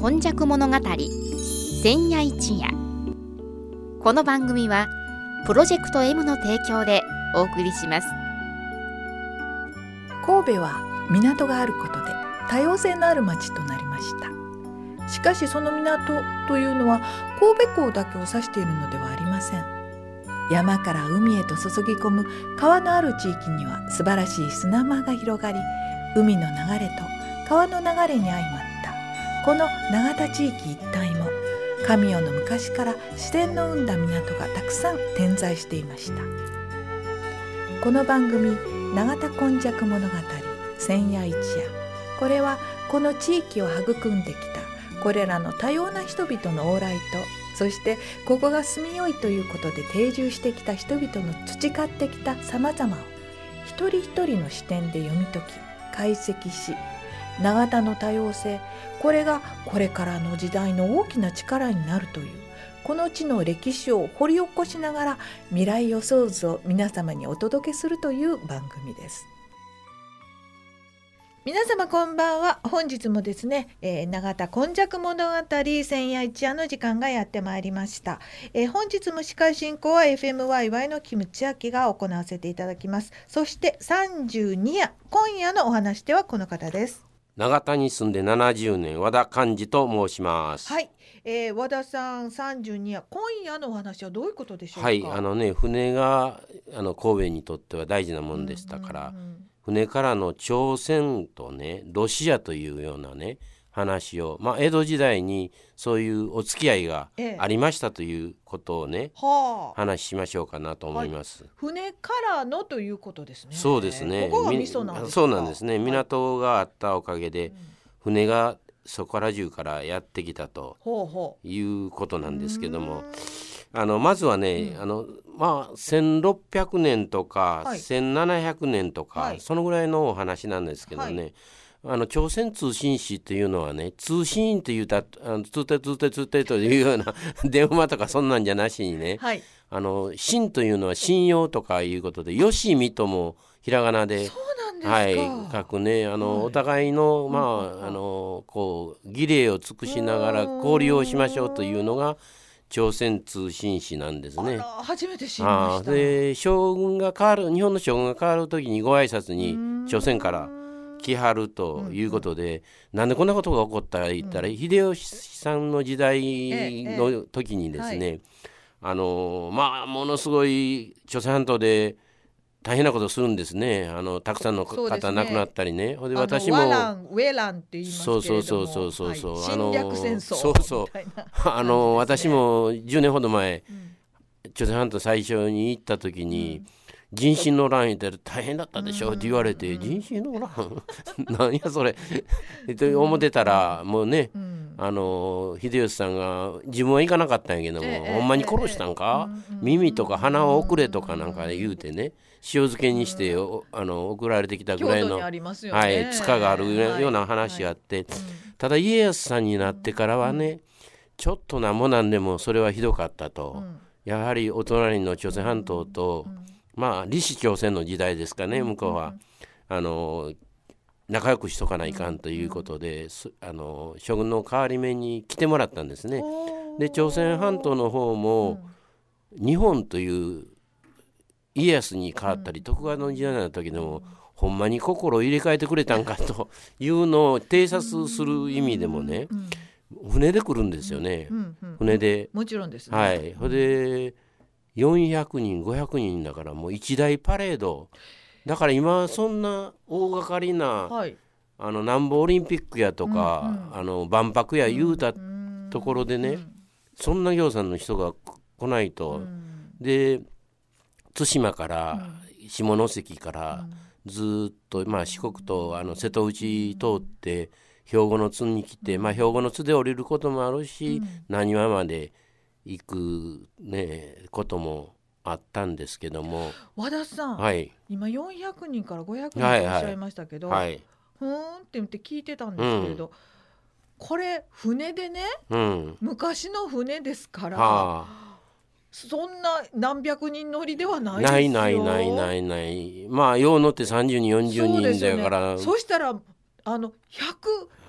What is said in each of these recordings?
今昔物語千夜一夜。この番組はプロジェクト M の提供でお送りします。 神戸は港があることで多様性のある町となりました。しかしその港というのは神戸港だけを指しているのではありません。山から海へと注ぎ込む川のある地域には素晴らしい砂間が広がり、海の流れと川の流れに相まったこの永田地域一帯も神代の昔から自然の生んだ港がたくさん点在していました。この番組永田今昔物語千夜一夜、これはこの地域を育んできたこれらの多様な人々の往来と、そしてここが住みよいということで定住してきた人々の培ってきたさまざまを一人一人の視点で読み解き解析し、永田の多様性、これがこれからの時代の大きな力になるというこの地の歴史を掘り起こしながら未来予想図を皆様にお届けするという番組です。皆様こんばんは。本日もですね、永田今昔物語千夜一夜の時間がやってまいりました。本日も司会進行は FMYY のキムチアキが行わせていただきます。そして32夜、今夜のお話ではこの方です。 永田に住んで70年和田寛治と申します。 はい、和田さん32夜、今夜のお話はどういうことでしょうか。 はい、船が神戸にとっては大事なものでしたから、船からの朝鮮とねロシアというようなね話を、江戸時代にそういうお付き合いがありましたということをね、話しましょうかなと思います。 船からのということですね。 そうですね。 ここが味噌なんですか。 そうなんですね。港があったおかげで、船がそこら中からやってきたということなんですけども、まずはね、1600年とか、1700年とか、そのぐらいのお話なんですけどね、朝鮮通信使っていうのはね、通信って言うた通底というような電話とかそんなんじゃなしにね、信というのは信用とかいうことで、よしみともひらがなで書くね、お互いのこう儀礼を尽くしながら交流をしましょうというのが朝鮮通信使なんですね。 初めて知りました。 で日本の将軍が変わる時にご挨拶に朝鮮から来はるということで、なんでこんなことが起こったら言ったら、秀吉さんの時代の時にですね、ものすごい朝鮮半島で大変なことをするんですね。たくさんの方亡くなったりね。で私もウェランって言いますけれども、侵略戦争みたいな私も10年ほど前、朝鮮半島最初に行った時に、人心の乱言ったら大変だったでしょって言われて、人心の乱何やそれって思ってたら、もうね、秀吉さんが自分は行かなかったんやけども、ほんまに殺したんか、耳とか鼻を送れとかなんか言うてね、塩漬けにして送られてきたぐらいの塚があるような話があって、ただ家康さんになってからはね、ちょっとなんもなんでもそれはひどかったと、やはりお隣の朝鮮半島と、李氏朝鮮の時代ですかね、向こうは仲良くしとかないかんということで、将軍の代わり目に来てもらったんですね。で朝鮮半島の方も、日本という家康に変わったり、徳川の時代の時でも、ほんまに心を入れ替えてくれたんかというのを偵察する意味でもね、船で来るんですよね、船で。 もちろんですね。 それで400人500人だから、もう一大パレードだから、今そんな大掛かりな、南部オリンピックやとか、万博や言うたところでね、そんな行さんの人が来ないと。で対馬から下関からずっと、四国と瀬戸内通って兵庫の津に来て、兵庫の津で降りることもあるし、浪速まで行く、こともあったんですけども。 和田さん、今400人から500人とおっしゃいましたけど、ふーんって言って聞いてたんですけれど、これ船でね、昔の船ですから、そんな何百人乗りではないですよ。ない。よう乗って30人40人だから。 そしたら100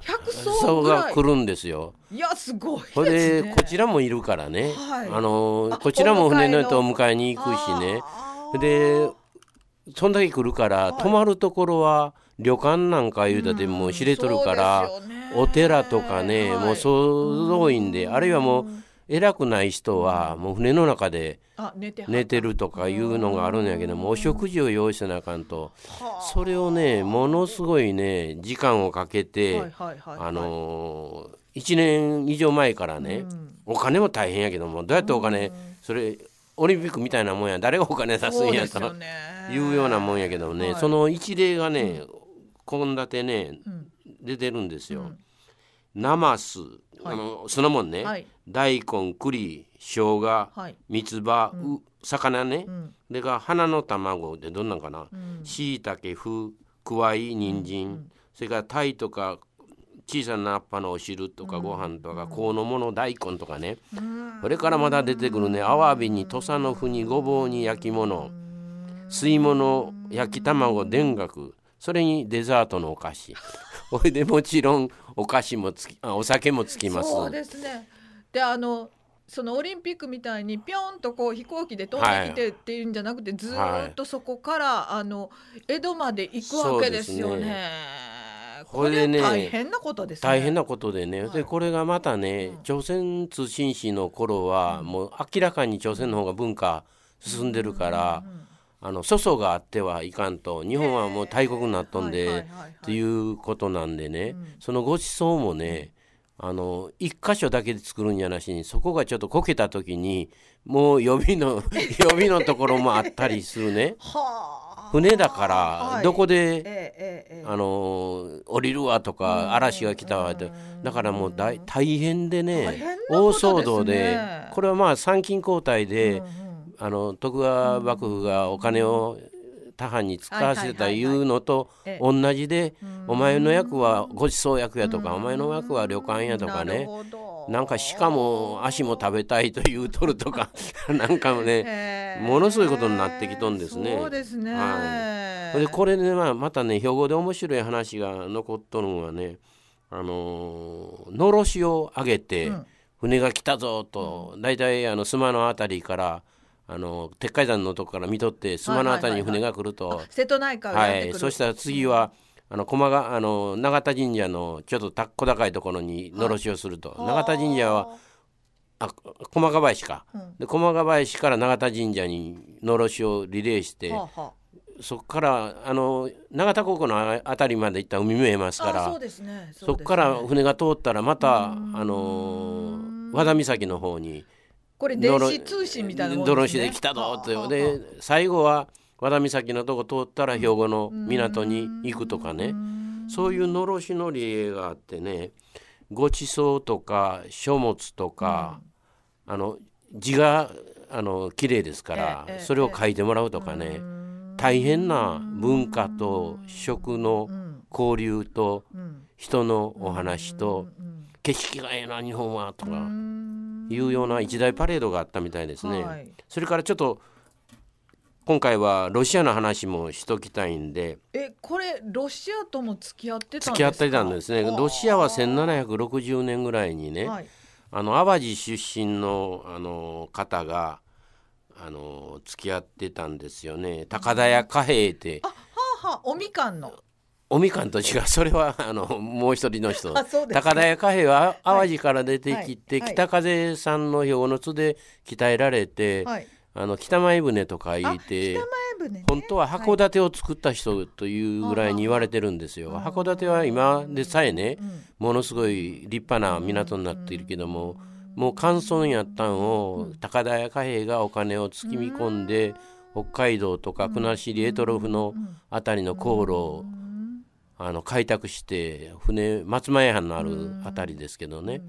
100 層艘ぐらいが来るんですよ。 いやすごいですね。 それでこちらもいるからね、 はいこちらも船のやつをお迎えに行くしね。でそんだけ来るから、泊まるところは旅館なんか言うたってもう知れとるから、お寺とかね、もう総動員で、あるいはもう偉くない人はもう船の中で寝てるとかいうのがあるんやけども、お食事を用意せなあかんと、それをねものすごいね時間をかけて、1年以上前からね、お金も大変やけども、どうやってお金、それオリンピックみたいなもんや、誰がお金出すんやというようなもんやけどもね、その一例がね献立ね出てるんですよ。ナマス、そのもんね、大根、栗、生姜、三つ葉、魚ね、でが花の卵でどんなんかな、しいたけ、麩、くわい、人参、それから鯛とか小さな葉っぱのお汁とかご飯とか香の物大根とかね、これからまだ出てくるね、アワビに土佐の麩にごぼうに焼き物、吸い物、焼き卵、田楽、それにデザートのお菓子これでもちろんお菓子もお酒もつきます。 そうですね。でそのオリンピックみたいにピョンとこう飛行機で飛んできてっていうんじゃなくて、ずっとそこから江戸まで行くわけですよね。これ大変なことですね。 大変なことでね、でこれがまたね、朝鮮通信使の頃はもう明らかに朝鮮の方が文化進んでるから、粗相があってはいかんと、日本はもう大国になっとんでということなんでね、そのごちそうもね一箇所だけで作るんじゃなしに、そこがちょっとこけた時にもう予備のところもあったりするね船だからどこで、降りるわとか嵐が来たわって、だからもう大変でね、大騒動で、これはまあ参勤交代で、徳川幕府がお金を他藩に使わせたいうのと同じで、お前の役はごちそう役やとか、お前の役は旅館やとかね、なんかしかも足も食べたいと言うとるとかなんかもね、ものすごいことになってきとんですね。 そうですね。 でこれでまたね、兵庫で面白い話が残っとるのはね、のろしを上げて、船が来たぞと、だいたい須磨のあたりから鉄海山のとこから見とって、須磨のあたりに船が来ると、 瀬戸内海をやってくる、 そしたら次は永田神社のちょっと小高いところにのろしをすると、永田神社は駒ヶ林か、で駒ヶ林から永田神社にのろしをリレーして、そこから永田高校のあたりまで行ったら海見えますから、そこから船が通ったらまた和田岬の方に、 これ電子通信みたいなもんですね。 ドロシで来たぞって、で最後は和田岬のとこ通ったら兵庫の港に行くとかね、そういうのろしの理由があってね、ごちそうとか書物とか、字が綺麗ですから、それを書いてもらうとかね、大変な文化と食の交流と人のお話と、景色がええな日本はとかいうような一大パレードがあったみたいですね。それからちょっと今回はロシアの話もしときたいんで、 これロシアとも付き合ってたんですか？ 付き合ってたんですね。ロシアは1760年ぐらいにね、淡路出身の方が付き合ってたんですよね。高田屋貨幣って、 おみかんのおみかんと違う、それはもう一人の人高田屋貨幣は淡路から出てきて、北風さんの兵庫の津で鍛えられて、北前船とか言って、本当は函館を作った人というぐらいに言われてるんですよ。函館は今でさえね、ものすごい立派な港になっているけども、もう乾村やったんを高田屋貨幣がお金を積み込んで、北海道とか国後択捉のあたりの航路を開拓して、松前藩のあるあたりですけどね、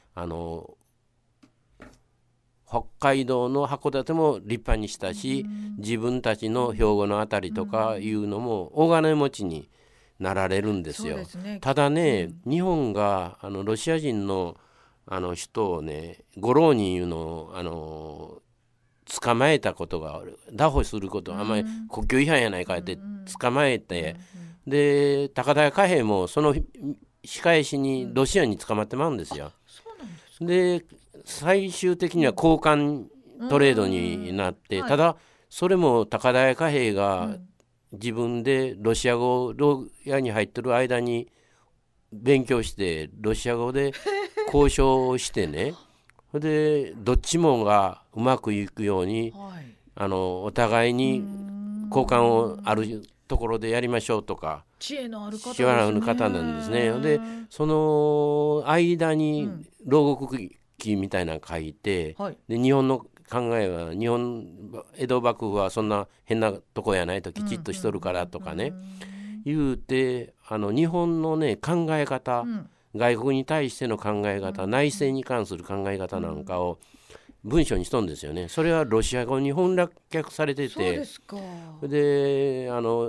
北海道の函館も立派にしたし、自分たちの兵庫のあたりとかいうのも大金持ちになられるんですよ。ただね、日本がロシア人の人をね、ご浪人いうのを捕まえたことが、拿捕すること、あんまり国境違反やないかって捕まえて、で高田屋貨幣もその仕返しにロシアに捕まってまうんですよ。で最終的には交換トレードになって、ただそれも高田屋貨幣が自分でロシア語を牢屋に入ってる間に勉強してロシア語で交渉をしてねでどっちもがうまくいくように、お互いに交換をあるところでやりましょうとか知恵のある方ですね。 知恵のある方なんですね。でその間に牢獄記みたいなの書いて、で日本の考えは江戸幕府はそんな変なとこやないときちっとしとるからとかね、言うて日本のね考え方、外国に対しての考え方、内政に関する考え方なんかを文章にしとんですよね。それはロシア語に翻訳されてて、 そうですか。 で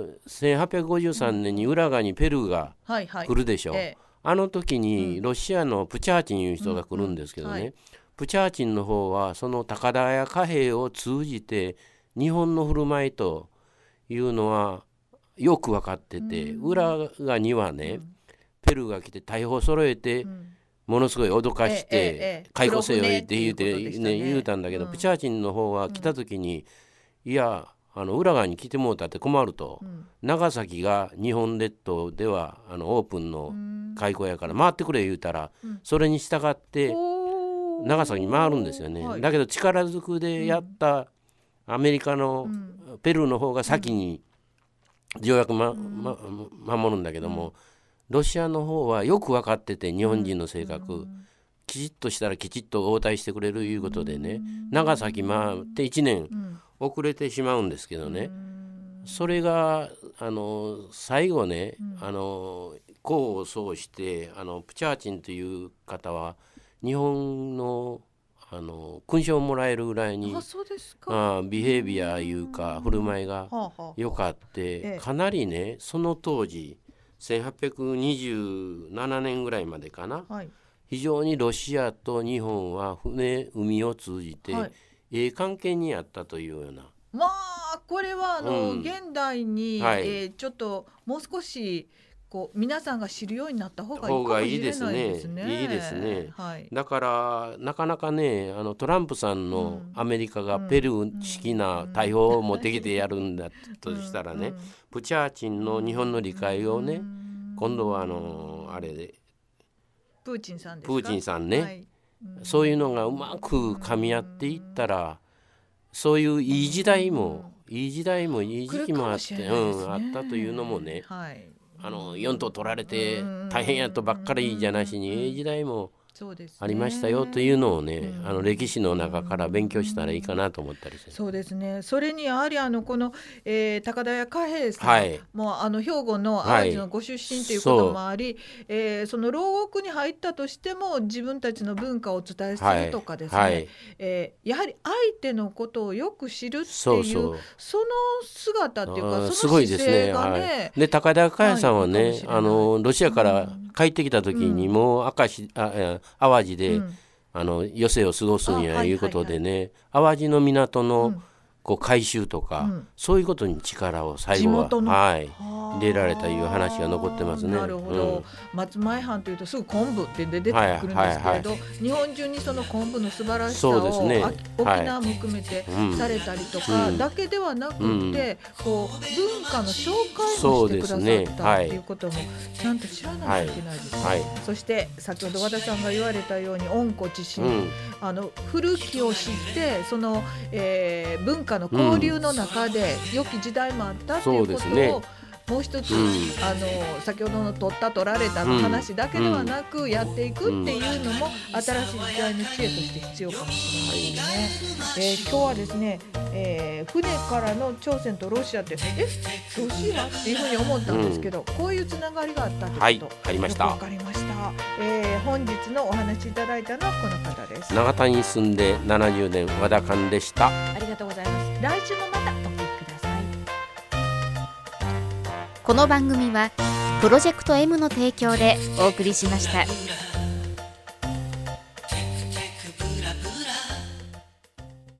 1853年に浦賀にペルーが来るでしょ、あの時にロシアのプチャーチンいう人が来るんですけどね、プチャーチンの方はその高田屋貨幣を通じて日本の振る舞いというのはよく分かってて、浦賀にはねペルーが来て大砲揃えてものすごい脅かして解放せよって言うたんだけど、プチャーチンの方は来た時にいや浦賀に来てもうたって困ると、長崎が日本列島ではオープンの開港やから回ってくれ言うたら、それに従って長崎に回るんですよね、だけど力ずくでやったアメリカのペルーの方が先に条約、守るんだけども、ロシアの方はよく分かってて日本人の性格、きちっとしたらきちっと応対してくれるいうことでね、長崎回って1年遅れてしまうんですけどね、それが最後ね功を奏してプチャーチンという方は日本の勲章をもらえるぐらいにビヘイビアいうか振る舞いがよかって、かなりねその当時1827年ぐらいまでかな、非常にロシアと日本は海を通じて関係にあったというような、 まあこれは現代に、ちょっともう少し皆さんが知るようになった方がいいかもしれないですね。 いいですね、だからなかなかねトランプさんのアメリカがペルー式な大砲を持ってきてやるんだとしたらね、プチャーチンの日本の理解をね今度はあれでプーチンさんですか、 プーチンさんね、そういうのがうまく噛み合っていったらそういういい時代もいい時期もあって、あったというのもね、4頭取られて大変やとばっかりじゃなしにいい時代もありましたよというのをね、歴史の中から勉強したらいいかなと思ったりして、 そうですね。それにやはりこの、高田屋貨幣さんも兵庫の淡路のご出身ということもあり、その牢獄に入ったとしても自分たちの文化をお伝えするとかですね、やはり相手のことをよく知るっていうその姿っていうか、その姿勢がね、 で高田屋貨幣さんはね、ロシアから帰ってきた時にもう淡路で、余生を過ごすんやいうことでね、淡路の港の改修とか、そういうことに力を最後は、入れられたいう話が残ってますね。 なるほど、松前藩というとすぐ昆布って出てくるんですけれど、日本中にその昆布の素晴らしさを、沖縄も含めてされたりとかだけではなくて、文化の紹介もしてくださったということもちゃんと知らないといけないですね。そして先ほど和田さんが言われたように温故知新、古きを知ってその、文化の交流の中で良き時代もあったということを、もう一つ、先ほどの取られたの話だけではなく、やっていくっていうのも新しい時代の知恵として必要かもしれないですね。今日はですね、船からの朝鮮とロシアってロシアっていうふうに思ったんですけど、こういうつながりがあったということ、 ありました。 分かりました。本日のお話いただいたのはこの方です。 長田に住んで70年和田寛でした。 ありがとうございます。来週もまたお聞きください。 この番組はプロジェクト M の提供でお送りしました。